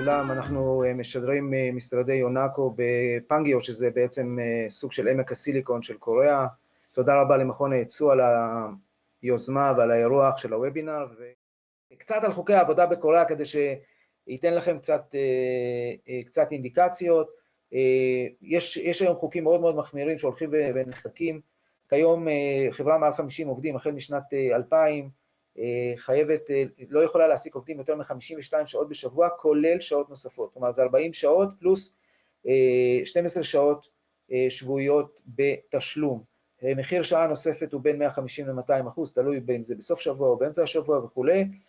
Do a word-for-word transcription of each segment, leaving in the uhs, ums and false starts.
לכולם, אנחנו משדרים משרדי יונאקו בפנגיו, שזה בעצם סוג של עמק הסיליקון של קוריאה. תודה רבה למכון הייצוא על היוזמה ועל האירוח של הוובינר, וקצת על חוקי העבודה בקוריאה כדי שייתן לכם קצת, קצת אינדיקציות. יש, יש היום חוקים מאוד מאוד מחמירים שהולכים ונחקקים. כיום חברה מעל חמישים עובדים, החל משנת אלפיים, חייבת, לא יכולה להעסיק עובדים יותר מ-חמישים ושתיים שעות בשבוע, כולל שעות נוספות. כלומר, זה ארבעים שעות פלוס שתים עשרה שעות שבועיות בתשלום. מחיר שעה נוספת הוא בין מאה וחמישים ל-מאתיים אחוז, תלוי בין זה בסוף שבוע או באמצע השבוע וכו'.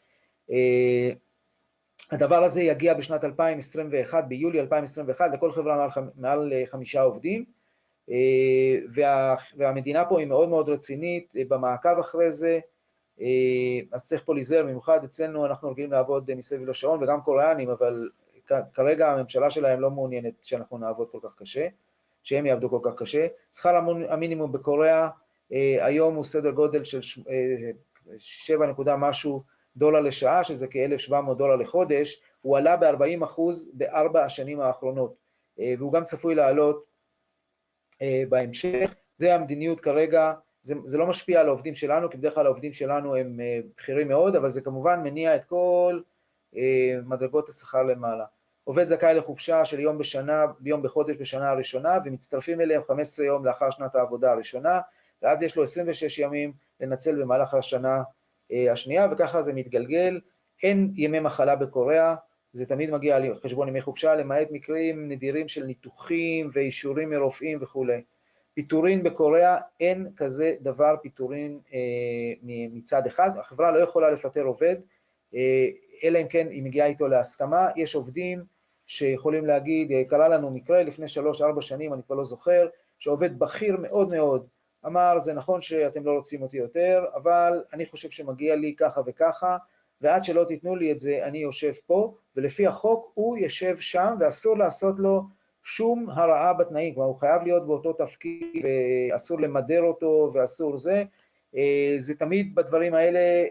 הדבר הזה יגיע בשנת אלפיים עשרים ואחת, ביולי אלפיים עשרים ואחת, לכל חברה מעל, מעל חמישה עובדים. וה, והמדינה פה היא מאוד מאוד רצינית במעקב אחרי זה, אז צריך פה להיזהר, במיוחד אצלנו אנחנו רגילים לעבוד מסביב לשעון וגם קוריאנים, אבל כרגע הממשלה שלהם לא מעוניינת שאנחנו נעבוד כל כך קשה, שהם יעבדו כל כך קשה. שכר המינימום בקוריאה היום הוא סדר גודל של שבע נקודה משהו דולר לשעה, שזה כ-אלף שבע מאות דולר לחודש. הוא עלה ב-ארבעים אחוז בארבע השנים האחרונות, והוא גם צפוי לעלות בהמשך. זה המדיניות כרגע. זה, זה לא משפיע על העובדים שלנו, כי בדרך כלל העובדים שלנו הם בכירים מאוד, אבל זה כמובן מניע את כל מדרגות השכר למעלה. עובד זכאי לחופשה של יום בשנה, ביום בחודש בשנה הראשונה, ומצטרפים אליהם חמישה עשר יום לאחר שנת העבודה הראשונה, ואז יש לו עשרים וששה ימים לנצל במהלך השנה השנייה, וככה זה מתגלגל. אין ימי מחלה בקוריאה, זה תמיד מגיע על חשבון ימי חופשה, למעט מקרים נדירים של ניתוחים ואישורים מרופאים וכו'. פיטורין בקוריאה, אין כזה דבר פיטורין אה, מצד אחד. החברה לא יכולה לפטר עובד, אה, אלא אם כן היא מגיעה איתו להסכמה. יש עובדים שיכולים להגיד, קרה לנו מקרה לפני שלוש ארבע שנים, אני כבר לא זוכר, שעובד בכיר מאוד מאוד אמר, זה נכון שאתם לא רוצים אותי יותר, אבל אני חושב שמגיע לי ככה וככה, ועד שלא תיתנו לי את זה, אני יושב פה, ולפי החוק הוא יושב שם, ואסור לעשות לו שום הרעה בתנאים. כלומר, הוא חייב להיות באותו תפקיד, ואסור למדר אותו, ואסור זה. זה תמיד בדברים האלה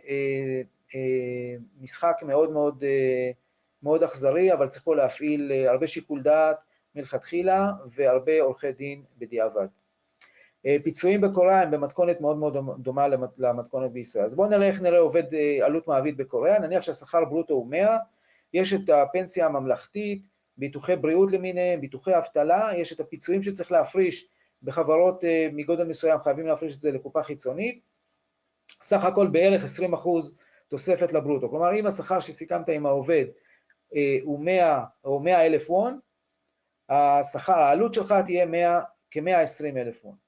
משחק מאוד מאוד, מאוד אכזרי, אבל צריך פה להפעיל הרבה שיקול דעת מלכתחילה, והרבה עורכי דין בדיעבד. פיצויים בקוריאה הם במתכונת מאוד מאוד דומה למתכונת בישראל. אז בואו נראה איך נראה עובד עלות מעביד בקוריאה. נניח שהשכר ברוטו הוא מאה, יש את הפנסיה הממלכתית, ביטוחי בריאות למיניהם, ביטוחי אבטלה, יש את הפיצויים שצריך להפריש בחברות מגודל מסוים, חייבים להפריש את זה לקופה חיצונית, סך הכל בערך עשרים אחוז תוספת לברוטו. כלומר, אם השכר שסיכמת עם העובד הוא מאה או מאה אלף וון, השכר, העלות שלך תהיה מאה, כ-מאה ועשרים אלף וון.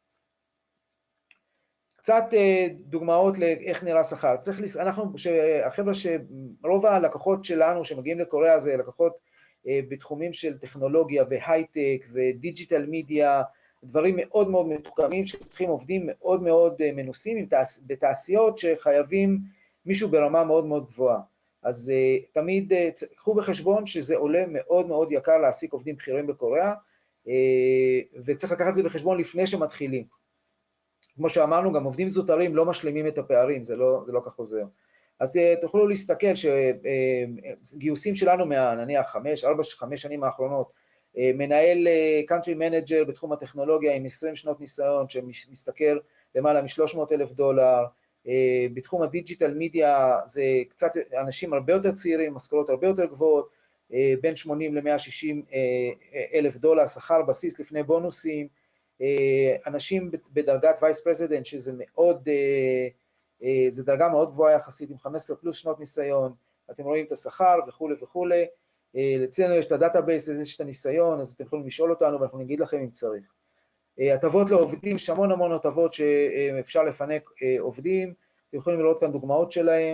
קצת דוגמאות לאיך נראה שכר. צריך, אנחנו, החבר'ה שרוב הלקוחות שלנו שמגיעים לקוריאה זה לקוחות בתחומים של טכנולוגיה והייטק ודיג'יטל מידיה, דברים מאוד מאוד מתוחכמים שצריכים עובדים מאוד מאוד מנוסים בתעשיות שחייבים מישהו ברמה מאוד מאוד גבוהה. אז תמיד קחו בחשבון שזה עולה מאוד מאוד יקר להעסיק עובדים בכירים בקוריאה, וצריך לקחת את זה בחשבון לפני שמתחילים. כמו שאמרנו, גם עובדים זוטרים לא משלימים את הפערים, זה לא, זה לא כך עוזר. אז תוכלו להסתכל שגיוסים שלנו מה, נניח חמש, ארבע, חמש שנים האחרונות, מנהל קאנטרי מנג'ר בתחום הטכנולוגיה עם עשרים שנות ניסיון, שמסתכל למעלה מ-שלוש מאות אלף דולר, בתחום הדיג'יטל מידיה זה קצת אנשים הרבה יותר צעירים, משכורות הרבה יותר גבוהות, בין שמונים ל-מאה ושישים אלף דולר, שכר בסיס לפני בונוסים, אנשים בדרגת וייס פרזידנט, שזה מאוד, זה דרגה מאוד גבוהה יחסית, עם חמש עשרה פלוס שנות ניסיון, אתם רואים את השכר וכו' וכו'. אצלנו יש את הדאטאבייס, יש את הניסיון, אז אתם יכולים לשאול אותנו ואנחנו נגיד לכם אם צריך. הטבות לעובדים, יש המון המון הטבות שאפשר לפנק עובדים, אתם יכולים לראות כאן דוגמאות שלהם,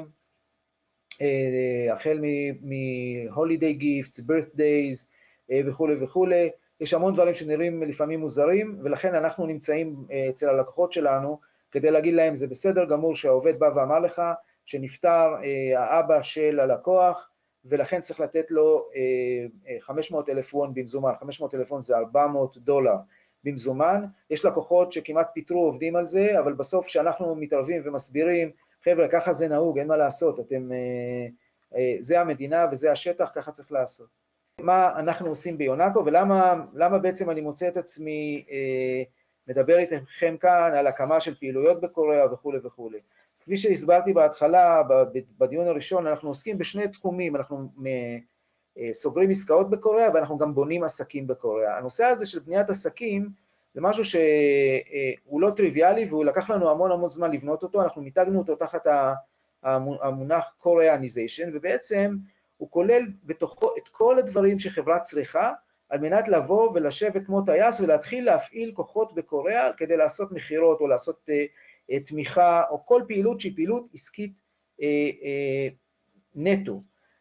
החל מ-holiday gifts, birthdays וכו' וכו'. יש המון דברים שנראים לפעמים מוזרים, ולכן אנחנו נמצאים אצל הלקוחות שלנו, כדי להגיד להם, זה בסדר גמור שהעובד בא ואמר לך, שנפטר האבא של הלקוח, ולכן צריך לתת לו חמש מאות אלף וון במזומן, חמש מאות אלף וון זה ארבע מאות דולר במזומן. יש לקוחות שכמעט פיטרו עובדים על זה, אבל בסוף כשאנחנו מתערבים ומסבירים, חבר'ה, ככה זה נהוג, אין מה לעשות, אתם, זה המדינה וזה השטח, ככה צריך לעשות. מה אנחנו עושים ביונאקו ולמה למה בעצם אני מוצא את עצמי אה, מדבר איתכם כאן על הקמה של פעילויות בקוריאה וכו' וכו'. אז כפי שהסברתי בהתחלה, בדיון הראשון, אנחנו עוסקים בשני תחומים, אנחנו סוגרים עסקאות בקוריאה ואנחנו גם בונים עסקים בקוריאה. הנושא הזה של בניית עסקים זה משהו שהוא לא טריוויאלי והוא לקח לנו המון המון זמן לבנות אותו, אנחנו מיתגנו אותו תחת המונח קוריאניזיישן, ובעצם הוא כולל בתוכו את כל הדברים שחברה צריכה על מנת לבוא ולשבת כמו טייס ולהתחיל להפעיל כוחות בקוריאה כדי לעשות מחירות או לעשות uh, uh, תמיכה או כל פעילות שהיא פעילות עסקית uh, uh, נטו.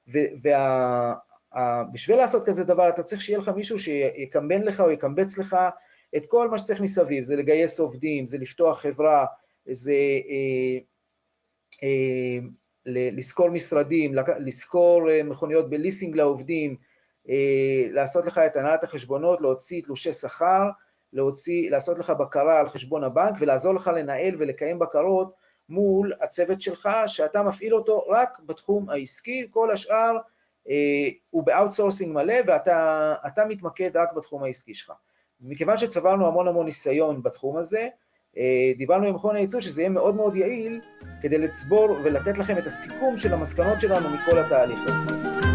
ובשביל לעשות כזה דבר אתה צריך שיהיה לך מישהו שיקמבן לך או יקמבץ לך את כל מה שצריך מסביב, זה לגייס עובדים, זה לפתוח חברה, זה uh, uh, לשכור משרדים, לשכור מכוניות בליסינג לעובדים, לעשות לך את הנהלת החשבונות, להוציא תלושי שכר, להוציא, לעשות לך בקרה על חשבון הבנק ולעזור לך לנהל ולקיים בקרות מול הצוות שלך שאתה מפעיל אותו רק בתחום העסקי, כל השאר הוא באוטסורסינג מלא ואתה אתה מתמקד רק בתחום העסקי שלך. מכיוון שצברנו המון המון ניסיון בתחום הזה, דיברנו עם מכון הייצוא שזה יהיה מאוד מאוד יעיל כדי לצבור ולתת לכם את הסיכום של המסקנות שלנו מכל התהליך הזה.